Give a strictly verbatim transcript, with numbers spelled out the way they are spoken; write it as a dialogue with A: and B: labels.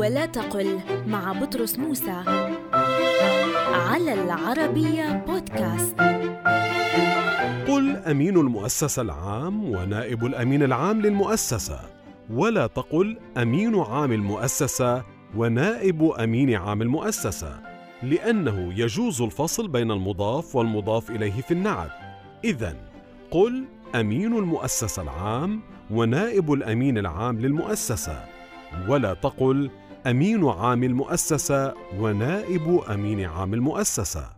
A: ولا تقل مع بطرس موسى على العربية بودكاست.
B: قل أمين المؤسسة العام ونائب الأمين العام للمؤسسة، ولا تقل أمين عام المؤسسة ونائب أمين عام المؤسسة، لأنه يجوز الفصل بين المضاف والمضاف إليه في النعت. إذن قل أمين المؤسسة العام ونائب الأمين العام للمؤسسة، ولا تقل أمين عام المؤسسة ونائب أمين عام المؤسسة.